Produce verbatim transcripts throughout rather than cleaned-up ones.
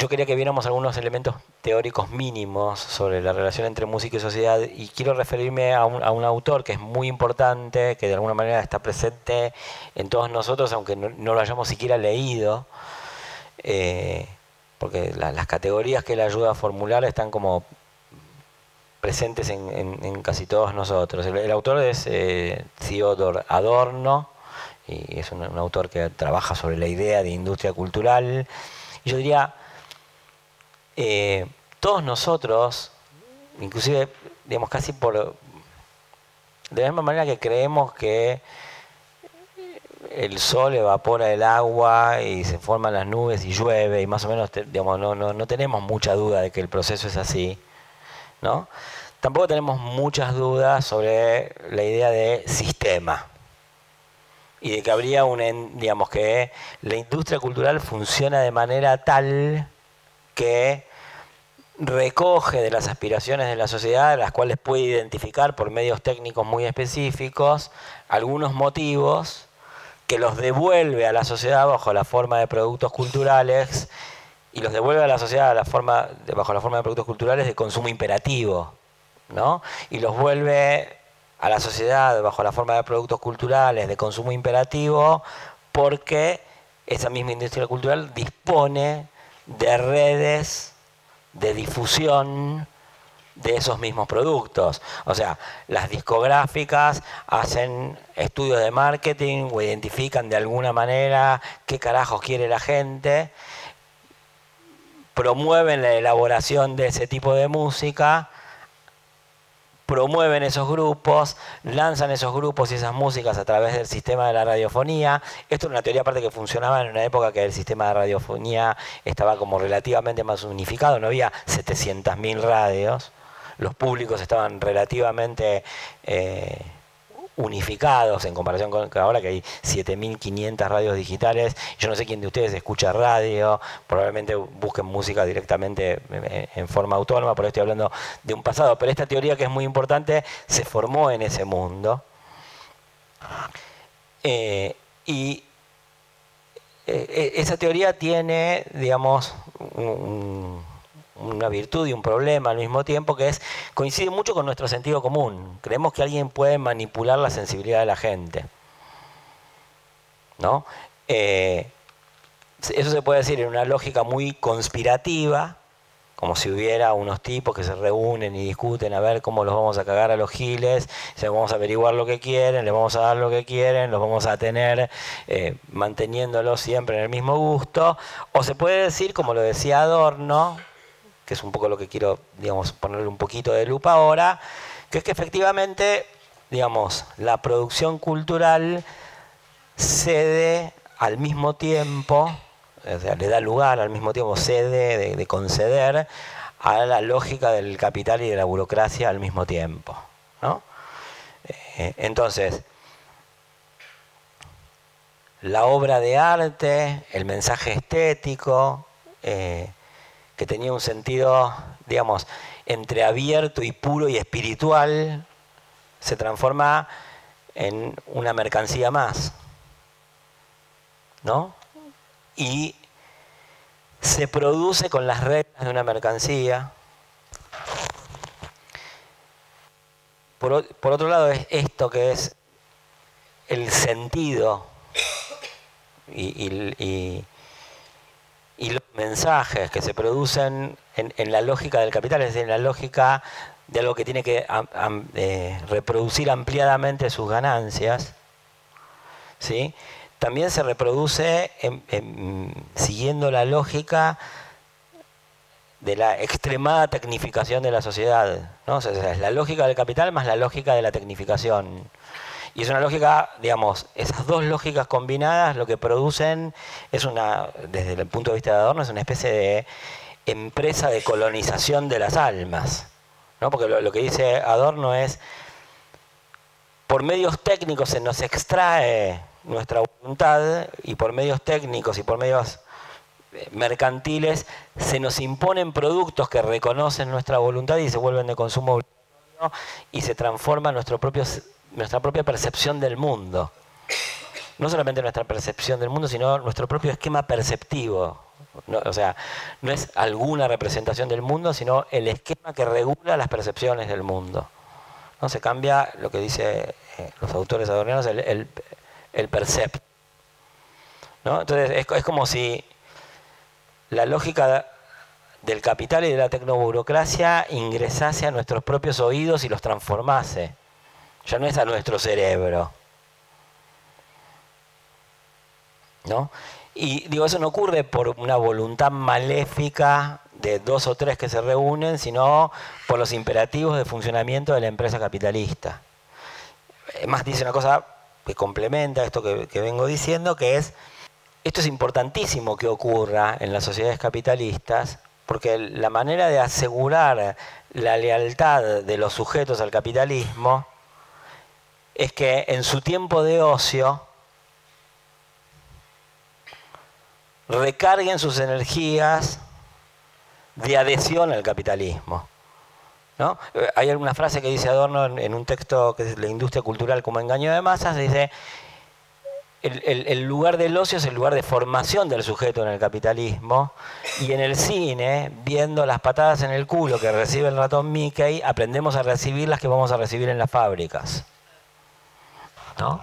yo quería que viéramos algunos elementos teóricos mínimos sobre la relación entre música y sociedad, y quiero referirme a un, a un autor que es muy importante, que de alguna manera está presente en todos nosotros, aunque no, no lo hayamos siquiera leído, eh, porque la, las categorías que él ayuda a formular están como presentes en, en, en casi todos nosotros. El, el autor es eh, Theodor Adorno, y es un, un autor que trabaja sobre la idea de industria cultural. Y yo diría, eh, todos nosotros, inclusive, digamos, casi por... De la misma manera que creemos que el sol evapora el agua y se forman las nubes y llueve, y más o menos, digamos, no, no, no tenemos mucha duda de que el proceso es así, ¿no? Tampoco tenemos muchas dudas sobre la idea de sistema. Y de que habría un, digamos, que la industria cultural funciona de manera tal que recoge de las aspiraciones de la sociedad, las cuales puede identificar por medios técnicos muy específicos, algunos motivos que los devuelve a la sociedad bajo la forma de productos culturales, y los devuelve a la sociedad a la forma, bajo la forma de productos culturales de consumo imperativo, ¿no? Y los vuelve a la sociedad bajo la forma de productos culturales de consumo imperativo porque esa misma industria cultural dispone de redes de difusión de esos mismos productos. O sea, las discográficas hacen estudios de marketing o identifican de alguna manera qué carajos quiere la gente, promueven la elaboración de ese tipo de música, promueven esos grupos, lanzan esos grupos y esas músicas a través del sistema de la radiofonía. Esto es una teoría aparte que funcionaba en una época que el sistema de radiofonía estaba como relativamente más unificado, no había setecientas mil radios, los públicos estaban relativamente eh, unificados en comparación con ahora que hay siete mil quinientas radios digitales. Yo no sé quién de ustedes escucha radio, probablemente busquen música directamente en forma autónoma, por eso estoy hablando de un pasado, pero esta teoría, que es muy importante, se formó en ese mundo. Eh, y eh, esa teoría tiene, digamos, un, un una virtud y un problema al mismo tiempo, que es, coincide mucho con nuestro sentido común. Creemos que alguien puede manipular la sensibilidad de la gente, ¿no? Eh, eso se puede decir en una lógica muy conspirativa, como si hubiera unos tipos que se reúnen y discuten a ver cómo los vamos a cagar a los giles, se vamos a averiguar lo que quieren, les vamos a dar lo que quieren, los vamos a tener eh, manteniéndolos siempre en el mismo gusto. O se puede decir, como lo decía Adorno, que es un poco lo que quiero, digamos, ponerle un poquito de lupa ahora, que es que efectivamente, digamos, la producción cultural cede al mismo tiempo, o sea, le da lugar al mismo tiempo, cede de, de conceder a la lógica del capital y de la burocracia al mismo tiempo, ¿no? Eh, entonces, la obra de arte, el mensaje estético, eh, que tenía un sentido, digamos, entreabierto y puro y espiritual, se transforma en una mercancía más, ¿no? Y se produce con las reglas de una mercancía. Por, por otro lado, es esto que es el sentido y, y, y y los mensajes que se producen en, en la lógica del capital, es decir, en la lógica de algo que tiene que am, am, eh, reproducir ampliadamente sus ganancias, ¿sí? También se reproduce en, en, siguiendo la lógica de la extremada tecnificación de la sociedad, ¿no? O sea, es la lógica del capital más la lógica de la tecnificación. Y es una lógica, digamos, esas dos lógicas combinadas lo que producen es una, desde el punto de vista de Adorno, es una especie de empresa de colonización de las almas, ¿no? Porque lo, lo que dice Adorno es, por medios técnicos se nos extrae nuestra voluntad y por medios técnicos y por medios mercantiles se nos imponen productos que reconocen nuestra voluntad y se vuelven de consumo obligatorio y se transforma nuestro propio... nuestra propia percepción del mundo. No solamente nuestra percepción del mundo, sino nuestro propio esquema perceptivo No, o sea, no es alguna representación del mundo, sino el esquema que regula las percepciones del mundo. ¿No? Se cambia lo que dice eh, los autores adornianos, el, el, el percept. ¿No? Entonces es, es como si la lógica del capital y de la tecnoburocracia ingresase a nuestros propios oídos y los transformase. Ya no es a nuestro cerebro. ¿No? Y digo, eso no ocurre por una voluntad maléfica de dos o tres que se reúnen, sino por los imperativos de funcionamiento de la empresa capitalista. Además dice una cosa que complementa esto que, que vengo diciendo, que es, esto es importantísimo que ocurra en las sociedades capitalistas, porque la manera de asegurar la lealtad de los sujetos al capitalismo es que en su tiempo de ocio recarguen sus energías de adhesión al capitalismo. ¿No? Hay alguna frase que dice Adorno en, en un texto que es La industria cultural como engaño de masas, dice, el, el, el lugar del ocio es el lugar de formación del sujeto en el capitalismo, y en el cine, viendo las patadas en el culo que recibe el ratón Mickey, aprendemos a recibir las que vamos a recibir en las fábricas. ¿No?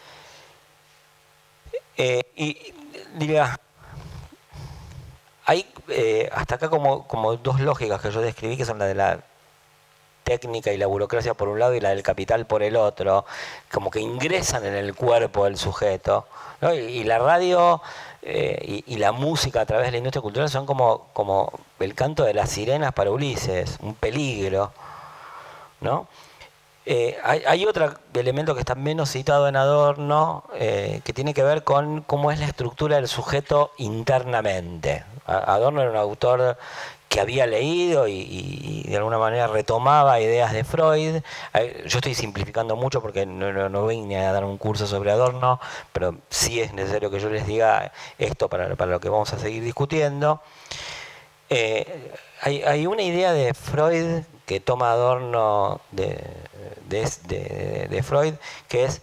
Eh, y diría, hay eh, hasta acá como, como dos lógicas que yo describí, que son la de la técnica y la burocracia por un lado y la del capital por el otro, como que ingresan en el cuerpo del sujeto, ¿no? y, y la radio eh, y, y la música a través de la industria cultural son como, como el canto de las sirenas para Ulises, un peligro, ¿no? Eh, hay, hay otro elemento que está menos citado en Adorno, eh, que tiene que ver con cómo es la estructura del sujeto internamente. Adorno era un autor que había leído y, y, y de alguna manera retomaba ideas de Freud. Yo estoy simplificando mucho porque no, no, no vine a dar un curso sobre Adorno, pero sí es necesario que yo les diga esto para, para lo que vamos a seguir discutiendo. Eh, hay, hay una idea de Freud que toma Adorno de, de, de, de Freud, que es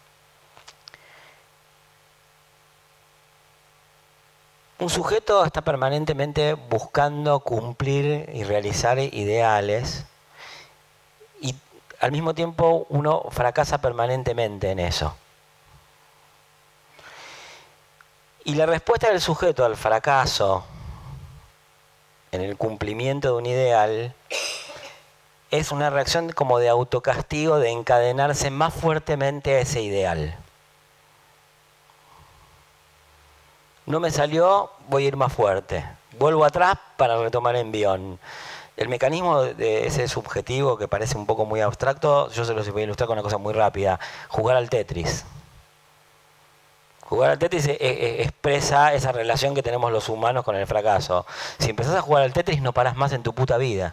un sujeto está permanentemente buscando cumplir y realizar ideales, y al mismo tiempo uno fracasa permanentemente en eso. Y la respuesta del sujeto al fracaso en el cumplimiento de un ideal es una reacción como de autocastigo, de encadenarse más fuertemente a ese ideal. No me salió, voy a ir más fuerte. Vuelvo atrás para retomar envión. El mecanismo de ese subjetivo, que parece un poco muy abstracto, yo se los voy a ilustrar con una cosa muy rápida. Jugar al Tetris. Jugar al Tetris expresa esa relación que tenemos los humanos con el fracaso. Si empezás a jugar al Tetris no parás más en tu puta vida.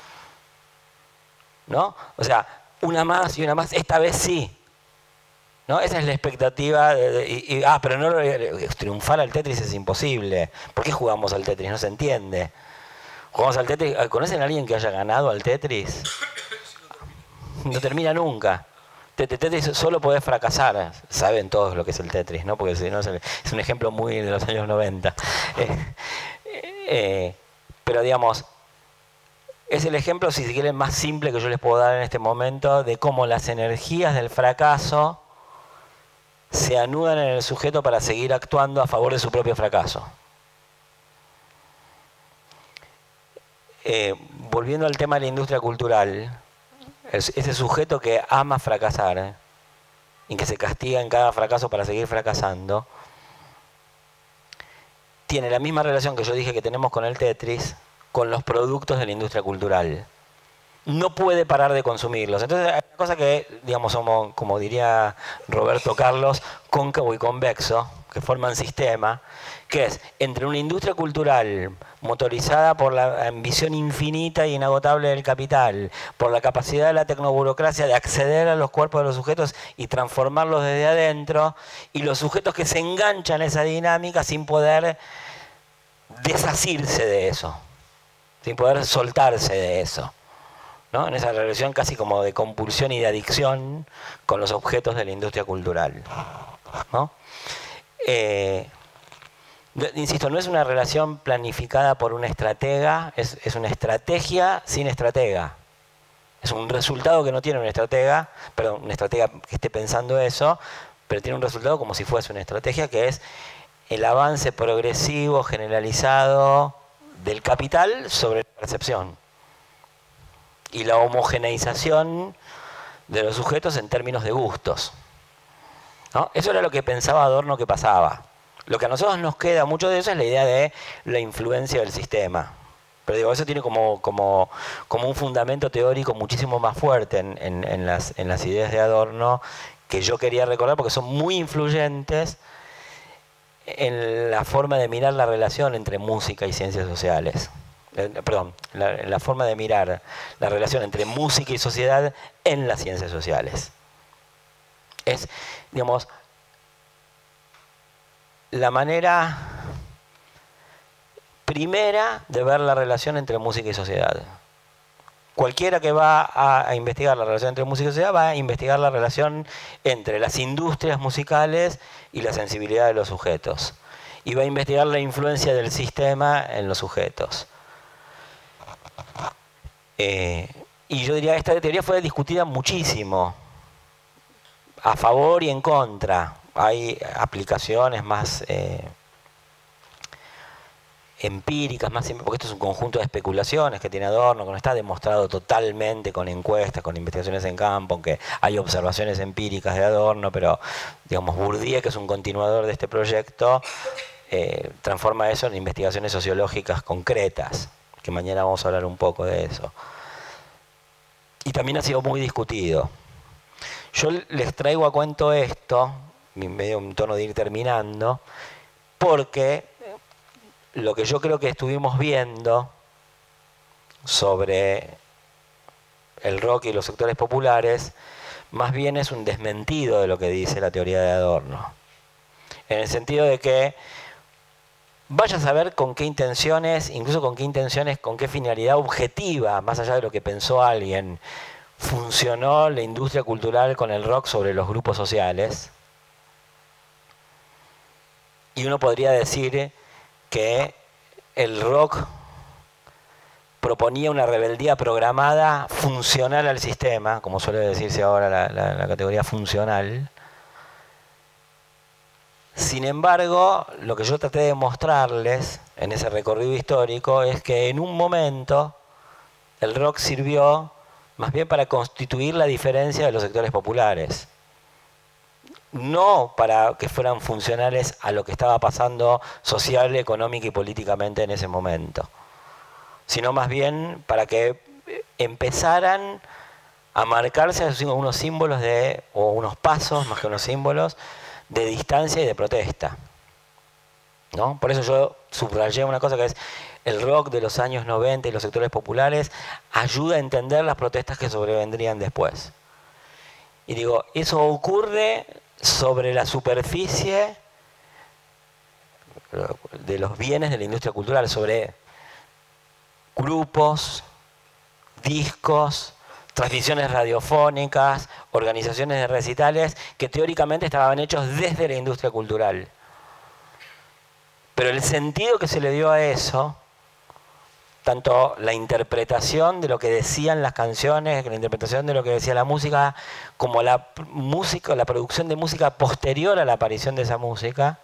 ¿No? O sea, una más y una más, esta vez sí. ¿No? Esa es la expectativa. De, de, y, y, ah, pero no triunfar al Tetris es imposible. ¿Por qué jugamos al Tetris? No se entiende. Jugamos al Tetris. ¿Conocen a alguien que haya ganado al Tetris? No termina nunca. Tetris solo podés fracasar. Saben todos lo que es el Tetris, ¿no? Porque si no es un ejemplo muy de los años noventa. Eh, eh, pero digamos, es el ejemplo, si quieren, más simple que yo les puedo dar en este momento de cómo las energías del fracaso se anudan en el sujeto para seguir actuando a favor de su propio fracaso. Eh, volviendo al tema de la industria cultural, ese sujeto que ama fracasar, ¿eh? y que se castiga en cada fracaso para seguir fracasando, tiene la misma relación que yo dije que tenemos con el Tetris, con los productos de la industria cultural. No puede parar de consumirlos. Entonces hay una cosa que, digamos, somos, como diría Roberto Carlos, cóncavo y convexo, que forman sistema, que es entre una industria cultural motorizada por la ambición infinita e inagotable del capital, por la capacidad de la tecnoburocracia de acceder a los cuerpos de los sujetos y transformarlos desde adentro, y los sujetos que se enganchan a esa dinámica sin poder desasirse de eso, sin poder soltarse de eso, ¿no? En esa relación casi como de compulsión y de adicción con los objetos de la industria cultural, ¿no? Eh, Insisto, no es una relación planificada por una estratega, es, es una estrategia sin estratega. Es un resultado que no tiene una estratega, perdón, una estratega que esté pensando eso, pero tiene un resultado como si fuese una estrategia, que es el avance progresivo, generalizado del capital sobre la percepción y la homogeneización de los sujetos en términos de gustos, ¿no? Eso era lo que pensaba Adorno que pasaba. Lo que a nosotros nos queda mucho de eso es la idea de la influencia del sistema. Pero digo, eso tiene como, como, como un fundamento teórico muchísimo más fuerte en, en, en, las, en las ideas de Adorno, que yo quería recordar porque son muy influyentes en la forma de mirar la relación entre música y ciencias sociales. Eh, perdón, la, la forma de mirar la relación entre música y sociedad en las ciencias sociales. Es, digamos, la manera primera de ver la relación entre música y sociedad. Cualquiera que va a, a investigar la relación entre música y sociedad va a investigar la relación entre las industrias musicales y la sensibilidad de los sujetos. Y va a investigar la influencia del sistema en los sujetos. Eh, y yo diría que esta teoría fue discutida muchísimo, a favor y en contra. Hay aplicaciones más eh, empíricas, más porque esto es un conjunto de especulaciones que tiene Adorno, que no está demostrado totalmente con encuestas, con investigaciones en campo, aunque hay observaciones empíricas de Adorno, pero digamos Bourdieu, que es un continuador de este proyecto, eh, transforma eso en investigaciones sociológicas concretas, que mañana vamos a hablar un poco de eso. Y también ha sido muy discutido. Yo les traigo a cuento esto, medio un tono de ir terminando, porque lo que yo creo que estuvimos viendo sobre el rock y los sectores populares, más bien es un desmentido de lo que dice la teoría de Adorno. En el sentido de que vaya a saber con qué intenciones, incluso con qué intenciones, con qué finalidad objetiva, más allá de lo que pensó alguien, funcionó la industria cultural con el rock sobre los grupos sociales. Y uno podría decir que el rock proponía una rebeldía programada funcional al sistema, como suele decirse ahora la, la, la categoría funcional. Sin embargo, lo que yo traté de mostrarles en ese recorrido histórico es que en un momento el rock sirvió más bien para constituir la diferencia de los sectores populares. No para que fueran funcionales a lo que estaba pasando social, económica y políticamente en ese momento, sino más bien para que empezaran a marcarse unos símbolos de, o unos pasos, más que unos símbolos, de distancia y de protesta, ¿no? Por eso yo subrayé una cosa que es el rock de los años noventa y los sectores populares ayuda a entender las protestas que sobrevendrían después. Y digo, eso ocurre sobre la superficie de los bienes de la industria cultural, sobre grupos, discos, transmisiones radiofónicas, organizaciones de recitales que teóricamente estaban hechos desde la industria cultural. Pero el sentido que se le dio a eso, tanto la interpretación de lo que decían las canciones, la interpretación de lo que decía la música, como la música, la producción de música posterior a la aparición de esa música,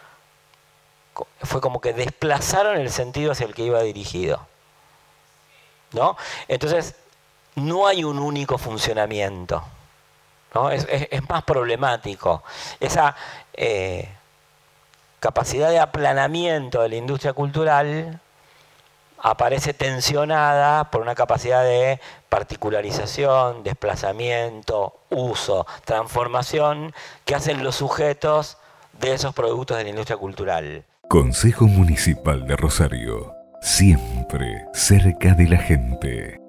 fue como que desplazaron el sentido hacia el que iba dirigido, ¿no? Entonces, no hay un único funcionamiento, ¿no? Es, es, es más problemático. Esa eh, capacidad de aplanamiento de la industria cultural aparece tensionada por una capacidad de particularización, desplazamiento, uso, transformación que hacen los sujetos de esos productos de la industria cultural. Consejo Municipal de Rosario, siempre cerca de la gente.